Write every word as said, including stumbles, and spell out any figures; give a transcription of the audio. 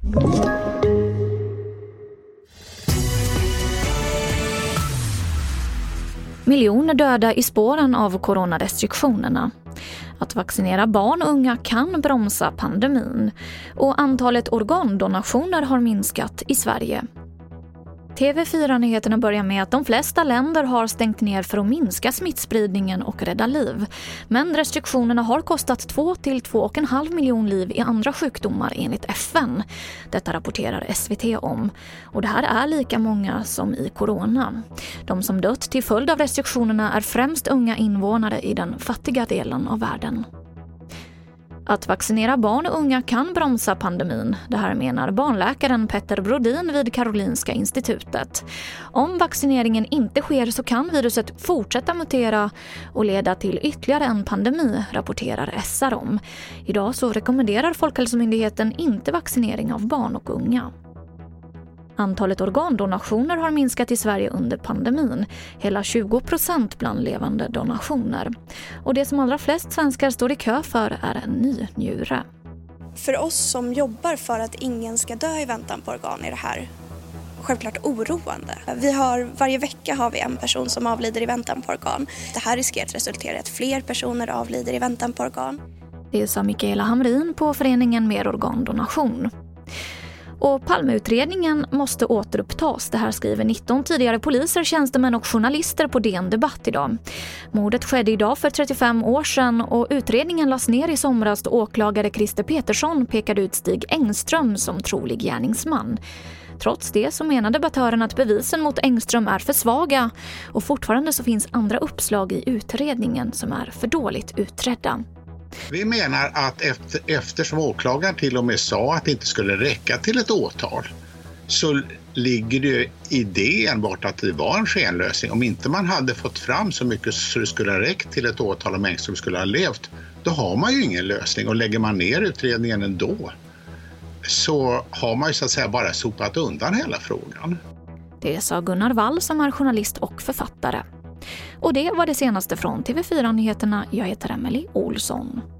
Miljoner döda i spåren av coronarestriktionerna. Att vaccinera barn och unga kan bromsa pandemin. Och antalet organdonationer har minskat i Sverige. T V fyra-nyheterna börjar med att de flesta länder har stängt ner för att minska smittspridningen och rädda liv. Men restriktionerna har kostat två till två och en halv miljon liv i andra sjukdomar enligt F N. Detta rapporterar S V T om. Och det här är lika många som i corona. De som dött till följd av restriktionerna är främst unga invånare i den fattiga delen av världen. Att vaccinera barn och unga kan bromsa pandemin. Det här menar barnläkaren Petter Brodin vid Karolinska institutet. Om vaccineringen inte sker så kan viruset fortsätta mutera och leda till ytterligare en pandemi, rapporterar S R om. Idag så rekommenderar Folkhälsomyndigheten inte vaccinering av barn och unga. Antalet organdonationer har minskat i Sverige under pandemin, hela tjugo procent bland levande donationer. Och det som allra flest svenskar står i kö för är en ny njure. För oss som jobbar för att ingen ska dö i väntan på organ är det här självklart oroande. Vi har, varje vecka har vi en person som avlider i väntan på organ. Det här riskerar att resultera i att fler personer avlider i väntan på organ. Det sa Mikaela Hamrin på föreningen Mer organdonation. Och Palmeutredningen måste återupptas. Det här skriver nitton tidigare poliser, tjänstemän och journalister på D N Debatt idag. Mordet skedde idag för trettiofem år sedan och utredningen lades ner i somras då åklagare Christer Petersson pekade ut Stig Engström som trolig gärningsman. Trots det så menar debattören att bevisen mot Engström är för svaga och fortfarande så finns andra uppslag i utredningen som är för dåligt utredda. Vi menar att efter, eftersom åklagaren till och med sa att det inte skulle räcka till ett åtal så ligger det idén bort att det var en skenlösning. Om inte man hade fått fram så mycket så det skulle ha räckt till ett åtal om Engström skulle ha levt, då har man ju ingen lösning. Och lägger man ner utredningen ändå så har man ju så att säga bara sopat undan hela frågan. Det sa Gunnar Wall som är journalist och författare. Och det var det senaste från T V fyra-nyheterna. Jag heter Emily Olsson.